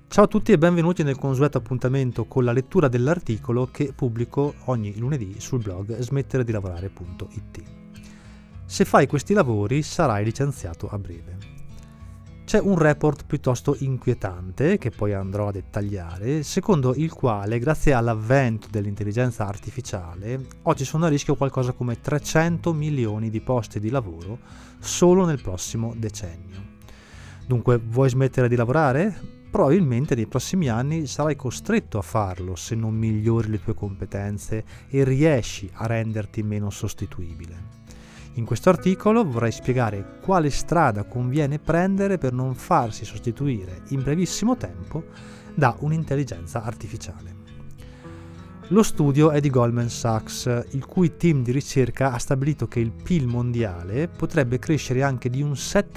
Ciao a tutti e benvenuti nel consueto appuntamento con la lettura dell'articolo che pubblico ogni lunedì sul blog smetteredilavorare.it. Se fai questi lavori sarai licenziato a breve. C'è un report piuttosto inquietante, che poi andrò a dettagliare, secondo il quale, grazie all'avvento dell'intelligenza artificiale, oggi sono a rischio qualcosa come 300 milioni di posti di lavoro solo nel prossimo decennio. Dunque, vuoi smettere di lavorare? Probabilmente nei prossimi anni sarai costretto a farlo se non migliori le tue competenze e riesci a renderti meno sostituibile. In questo articolo vorrei spiegare quale strada conviene prendere per non farsi sostituire in brevissimo tempo da un'intelligenza artificiale. Lo studio è di Goldman Sachs, il cui team di ricerca ha stabilito che il PIL mondiale potrebbe crescere anche di un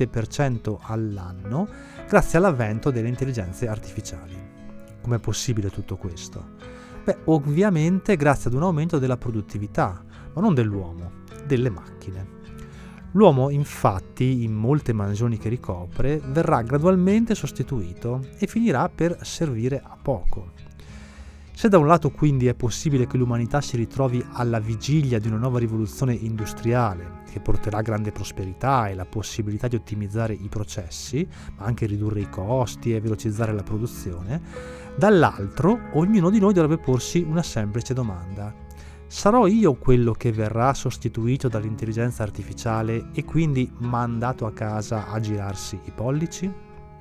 7% all'anno grazie all'avvento delle intelligenze artificiali. Com'è possibile tutto questo? Ovviamente grazie ad un aumento della produttività, ma non dell'uomo, delle macchine. L'uomo, infatti, in molte mansioni che ricopre, verrà gradualmente sostituito e finirà per servire a poco. Se da un lato quindi è possibile che l'umanità si ritrovi alla vigilia di una nuova rivoluzione industriale che porterà grande prosperità e la possibilità di ottimizzare i processi, ma anche ridurre i costi e velocizzare la produzione, dall'altro ognuno di noi dovrebbe porsi una semplice domanda: sarò io quello che verrà sostituito dall'intelligenza artificiale e quindi mandato a casa a girarsi i pollici?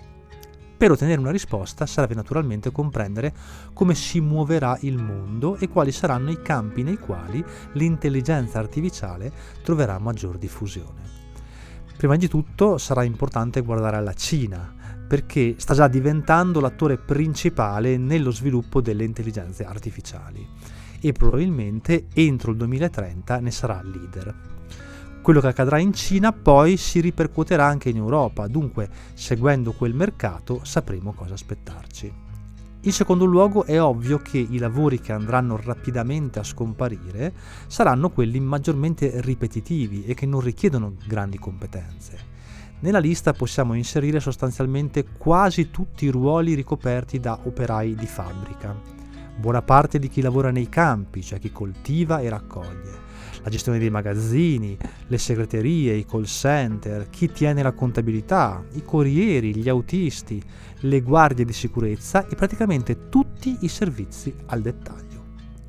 Per ottenere una risposta serve naturalmente comprendere come si muoverà il mondo e quali saranno i campi nei quali l'intelligenza artificiale troverà maggior diffusione. Prima di tutto sarà importante guardare alla Cina, perché sta già diventando l'attore principale nello sviluppo delle intelligenze artificiali e probabilmente entro il 2030 ne sarà leader. Quello che accadrà in Cina poi si ripercuoterà anche in Europa, dunque seguendo quel mercato sapremo cosa aspettarci. In secondo luogo è ovvio che i lavori che andranno rapidamente a scomparire saranno quelli maggiormente ripetitivi e che non richiedono grandi competenze. Nella lista possiamo inserire sostanzialmente quasi tutti i ruoli ricoperti da operai di fabbrica, buona parte di chi lavora nei campi, cioè chi coltiva e raccoglie, la gestione dei magazzini, le segreterie, i call center, chi tiene la contabilità, i corrieri, gli autisti, le guardie di sicurezza e praticamente tutti i servizi al dettaglio.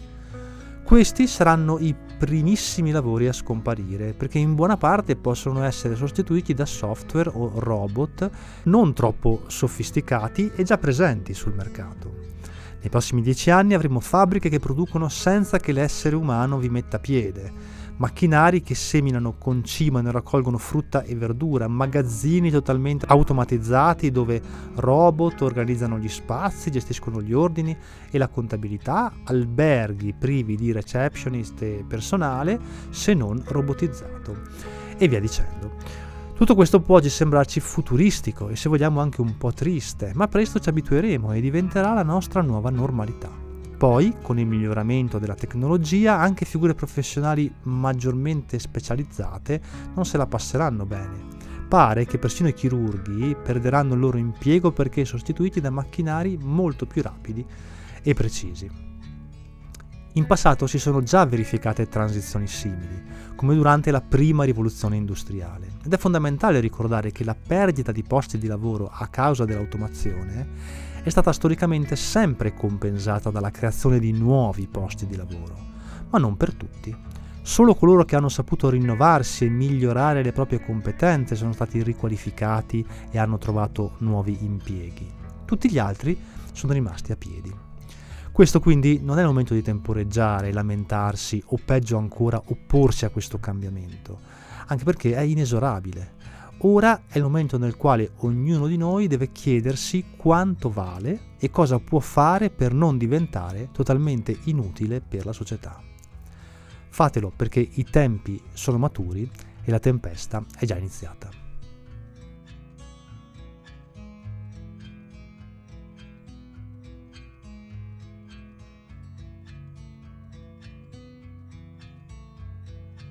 Questi saranno i primissimi lavori a scomparire, perché in buona parte possono essere sostituiti da software o robot non troppo sofisticati e già presenti sul mercato. Nei prossimi 10 anni avremo fabbriche che producono senza che l'essere umano vi metta piede, macchinari che seminano, concimano e raccolgono frutta e verdura, magazzini totalmente automatizzati dove robot organizzano gli spazi, gestiscono gli ordini e la contabilità, alberghi privi di receptionist e personale se non robotizzato, e via dicendo. Tutto questo può oggi sembrarci futuristico e se vogliamo anche un po' triste, ma presto ci abitueremo e diventerà la nostra nuova normalità. Poi, con il miglioramento della tecnologia, anche figure professionali maggiormente specializzate non se la passeranno bene. Pare che persino i chirurghi perderanno il loro impiego perché sostituiti da macchinari molto più rapidi e precisi. In passato si sono già verificate transizioni simili, come durante la prima rivoluzione industriale, ed è fondamentale ricordare che la perdita di posti di lavoro a causa dell'automazione è stata storicamente sempre compensata dalla creazione di nuovi posti di lavoro, ma non per tutti. Solo coloro che hanno saputo rinnovarsi e migliorare le proprie competenze sono stati riqualificati e hanno trovato nuovi impieghi. Tutti gli altri sono rimasti a piedi. Questo quindi non è il momento di temporeggiare, lamentarsi o peggio ancora opporsi a questo cambiamento, anche perché è inesorabile. Ora è il momento nel quale ognuno di noi deve chiedersi quanto vale e cosa può fare per non diventare totalmente inutile per la società. Fatelo perché i tempi sono maturi e la tempesta è già iniziata.